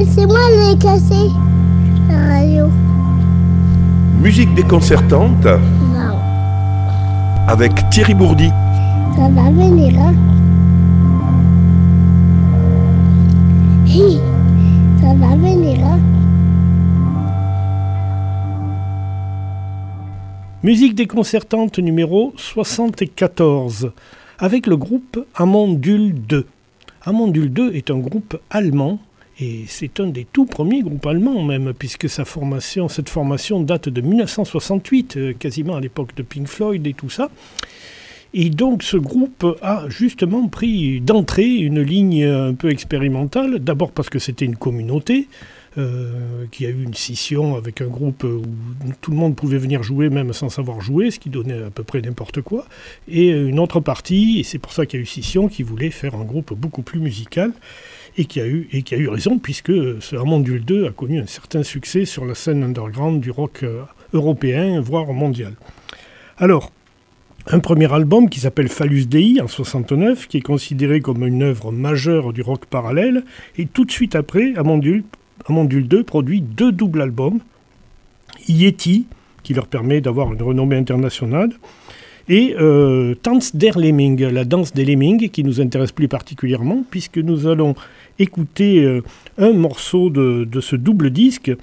C'est moi qui ai cassé la radio. Musique déconcertante Non. avec Thierry Bourdi. Ça va venir, hein? Hi, ça va venir, hein? Musique déconcertante numéro 74, avec le groupe Amandule 2. Amandule 2 est un groupe allemand, et c'est un des tout premiers groupes allemands même, puisque cette formation date de 1968, quasiment à l'époque de Pink Floyd et tout ça. Et donc ce groupe a justement pris d'entrée une ligne un peu expérimentale, d'abord parce que c'était une communauté, qui a eu une scission avec un groupe où tout le monde pouvait venir jouer même sans savoir jouer, ce qui donnait à peu près n'importe quoi, et une autre partie, et c'est pour ça qu'il y a eu scission, qui voulait faire un groupe beaucoup plus musical, et qui a eu raison, puisque ce Amandule 2 a connu un certain succès sur la scène underground du rock européen, voire mondial. Alors, un premier album qui s'appelle Phallus Dei en 69, qui est considéré comme une œuvre majeure du rock parallèle, et tout de suite après, Amandule 2 produit 2 doubles albums, Yeti, qui leur permet d'avoir une renommée internationale, et Tanz der Lemming, la danse des Lemmings, qui nous intéresse plus particulièrement, puisque nous allons écouter un morceau de ce double disque,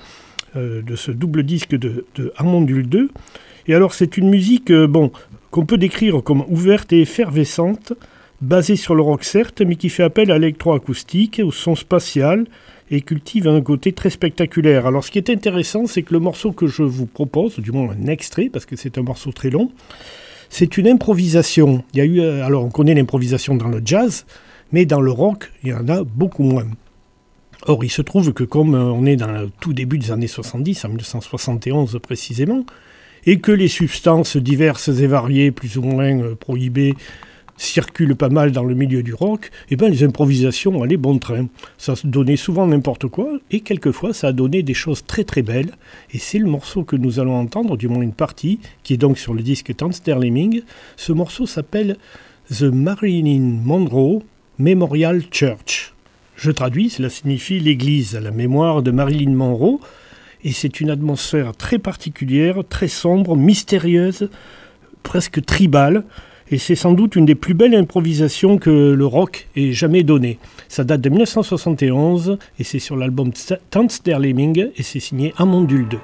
de Amandule 2. Et alors c'est une musique qu'on peut décrire comme ouverte et effervescente, basée sur le rock certes, mais qui fait appel à l'électroacoustique, au son spatial, et cultive un côté très spectaculaire. Alors ce qui est intéressant, c'est que le morceau que je vous propose, du moins un extrait, parce que c'est un morceau très long, c'est une improvisation. Il y a eu, alors on connaît l'improvisation dans le jazz, mais dans le rock, il y en a beaucoup moins. Or, il se trouve que comme on est dans le tout début des années 70, en 1971 précisément, et que les substances diverses et variées, plus ou moins prohibées, circulent pas mal dans le milieu du rock, et bien les improvisations allaient bon train. Ça donnait souvent n'importe quoi, et quelquefois ça a donné des choses très très belles, et c'est le morceau que nous allons entendre, du moins une partie, qui est donc sur le disque Tanz der Lemming. Ce morceau s'appelle The Marilyn Monroe Memorial Church. Je traduis, cela signifie l'église à la mémoire de Marilyn Monroe, et c'est une atmosphère très particulière, très sombre, mystérieuse, presque tribale, et c'est sans doute une des plus belles improvisations que le rock ait jamais donnée. Ça date de 1971, et c'est sur l'album Tanz der Lemming, et c'est signé Amandule 2.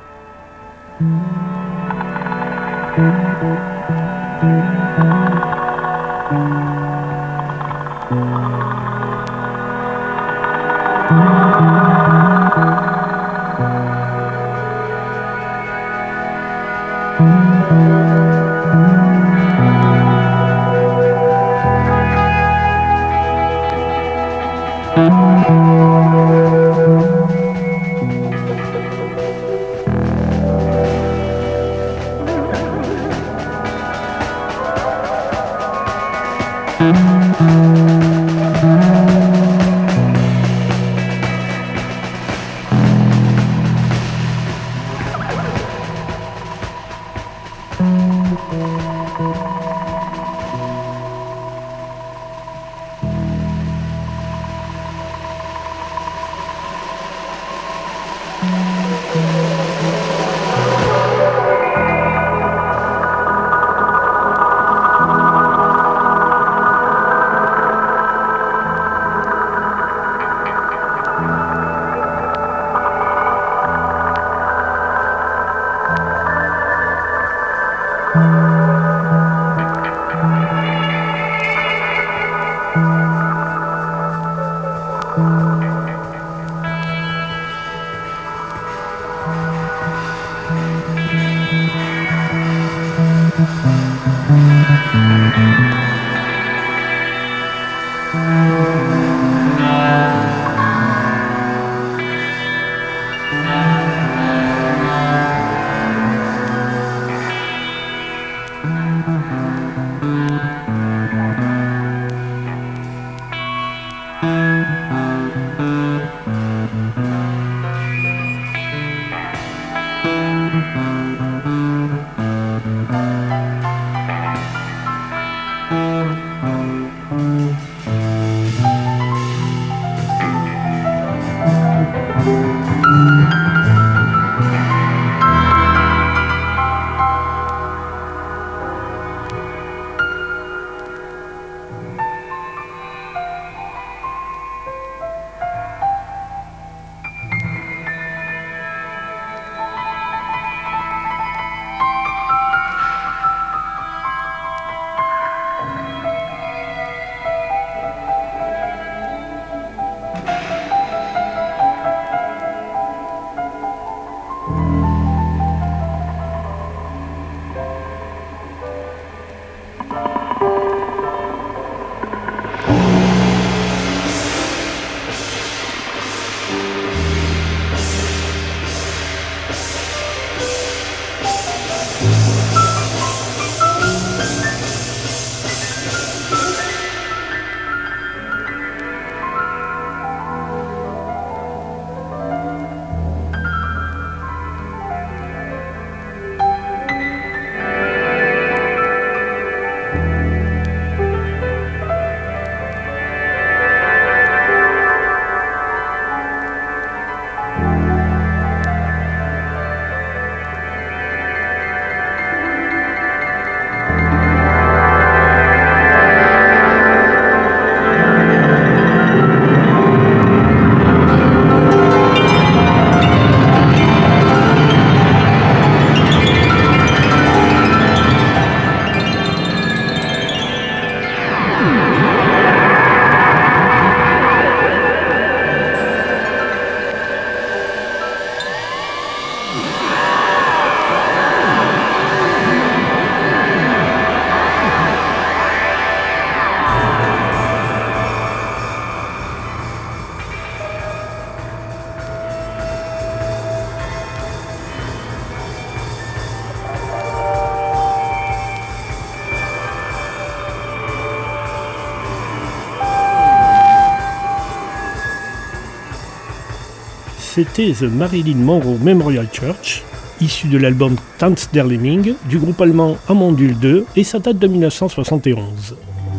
c'était The Marilyn Monroe Memorial Church, issu de l'album Tanz der Lemming du groupe allemand Amandul 2 et ça date de 1971.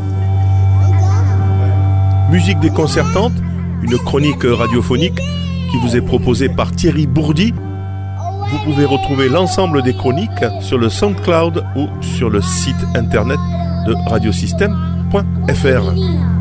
Musique déconcertante, une chronique radiophonique qui vous est proposée par Thierry Bourdi. Vous pouvez retrouver l'ensemble des chroniques sur le SoundCloud ou sur le site internet de radiosystème.fr.